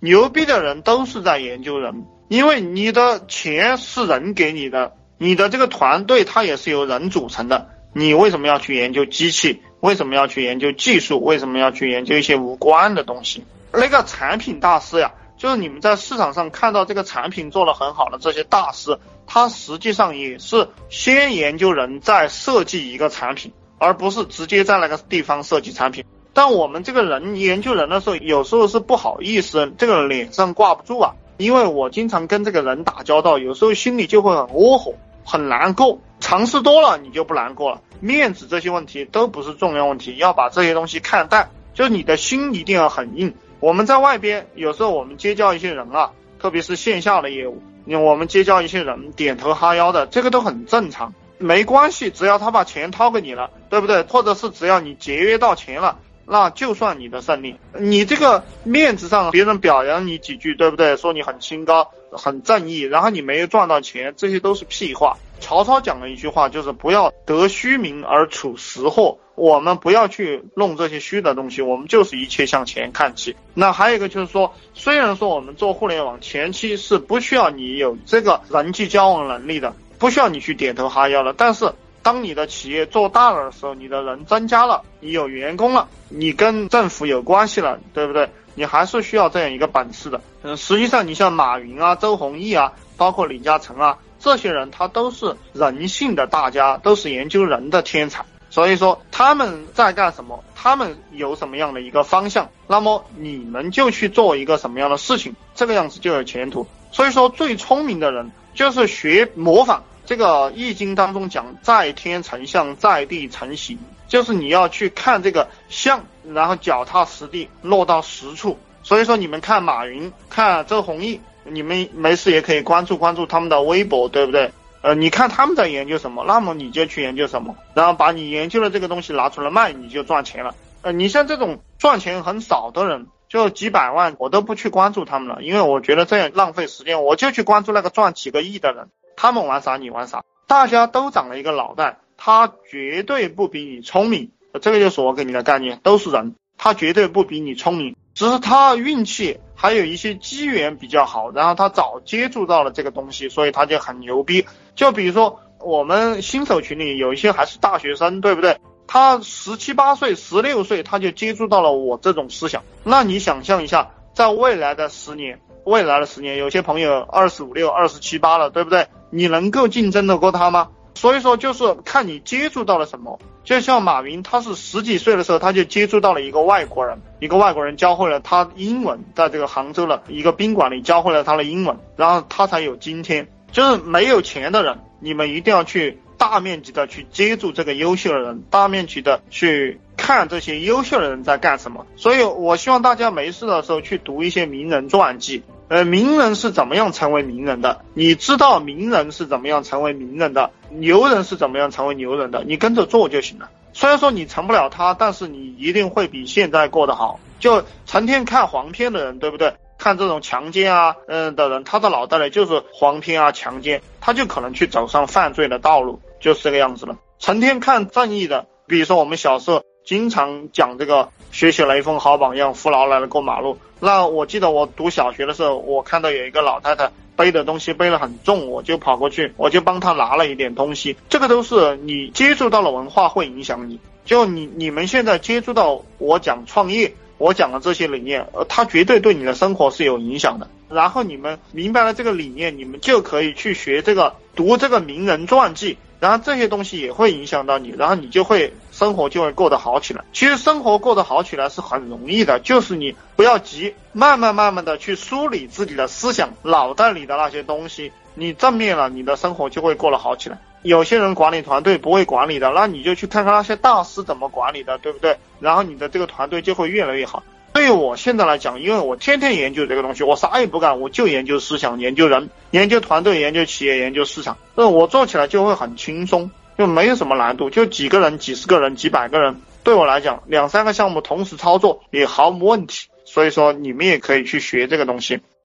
牛逼的人都是在研究人，因为你的钱是人给你的，你的这个团队它也是由人组成的，你为什么要去研究机器？为什么要去研究技术？为什么要去研究一些无关的东西？那个产品大师呀，就是你们在市场上看到这个产品做得很好的这些大师，他实际上也是先研究人再设计一个产品，而不是直接在那个地方设计产品。但我们这个人研究人的时候，有时候是不好意思，这个脸上挂不住啊，因为我经常跟这个人打交道，有时候心里就会很窝火，很难过。尝试多了你就不难过了，面子这些问题都不是重要问题，要把这些东西看淡，就是你的心一定要很硬。我们在外边有时候我们结交一些人啊，特别是线下的业务，我们结交一些人点头哈腰的，这个都很正常，没关系，只要他把钱掏给你了，对不对？或者是只要你节约到钱了，那就算你的胜利。你这个面子上别人表扬你几句，对不对？说你很清高很正义，然后你没有赚到钱，这些都是屁话。曹操讲了一句话，就是不要得虚名而处实货，我们不要去弄这些虚的东西，我们就是一切向前看齐。那还有一个就是说，虽然说我们做互联网前期是不需要你有这个人际交往能力的，不需要你去点头哈腰的，但是当你的企业做大了的时候，你的人增加了，你有员工了，你跟政府有关系了，对不对？你还是需要这样一个本事的。实际上你像马云啊、周鸿祎啊，包括李嘉诚啊，这些人他都是人性的大家，都是研究人的天才。所以说他们在干什么，他们有什么样的一个方向，那么你们就去做一个什么样的事情，这个样子就有前途。所以说最聪明的人就是学模仿，这个易经当中讲在天成象，在地成形，就是你要去看这个象，然后脚踏实地落到实处。所以说你们看马云看周鸿祎，你们没事也可以关注他们的微博，对不对？你看他们在研究什么，那么你就去研究什么，然后把你研究的这个东西拿出来卖，你就赚钱了。你像这种赚钱很少的人，就几百万，我都不去关注他们了，因为我觉得这样浪费时间，我就去关注那个赚几个亿的人，他们玩啥你玩啥，大家都长了一个脑袋，他绝对不比你聪明，这个就是我给你的概念，都是人，他绝对不比你聪明，只是他运气还有一些机缘比较好，然后他早接触到了这个东西，所以他就很牛逼。就比如说我们新手群里有一些还是大学生，对不对？他17、8岁、16岁他就接触到了我这种思想，那你想象一下，在未来的10年，有些朋友25、6、27、8了，对不对？你能够竞争得过他吗？所以说就是看你接触到了什么。就像马云，他是10几岁的时候他就接触到了一个外国人教会了他英文，在这个杭州的一个宾馆里教会了他的英文，然后他才有今天。就是没有钱的人，你们一定要去大面积的去接触这个优秀的人，大面积的去看这些优秀的人在干什么。所以我希望大家没事的时候去读一些名人传记，名人是怎么样成为名人的，你知道名人是怎么样成为名人的，牛人是怎么样成为牛人的，你跟着做就行了。虽然说你成不了他，但是你一定会比现在过得好。就成天看黄片的人，对不对？看这种强奸啊的人，他的脑袋里就是黄片啊强奸，他就可能去走上犯罪的道路，就是这个样子了。成天看正义的，比如说我们小时候经常讲这个学习雷锋好榜样，扶老奶奶过马路。那我记得我读小学的时候，我看到有一个老太太背的东西背得很重，我就跑过去，我就帮她拿了一点东西。这个都是你接触到了文化会影响你。就你们现在接触到我讲创业，我讲的这些理念，它绝对对你的生活是有影响的。然后你们明白了这个理念，你们就可以去学这个，读这个名人传记，然后这些东西也会影响到你，然后你就会生活就会过得好起来。其实生活过得好起来是很容易的，就是你不要急，慢慢的去梳理自己的思想，脑袋里的那些东西，你正面了，你的生活就会过得好起来。有些人管理团队不会管理的，那你就去看看那些大师怎么管理的，对不对？然后你的这个团队就会越来越好。对我现在来讲，因为我天天研究这个东西，我啥也不干，我就研究思想，研究人，研究团队，研究企业，研究市场，我做起来就会很轻松，就没有什么难度，就几个人、几十个人、几百个人，对我来讲2、3个项目同时操作也毫无问题。所以说你们也可以去学这个东西。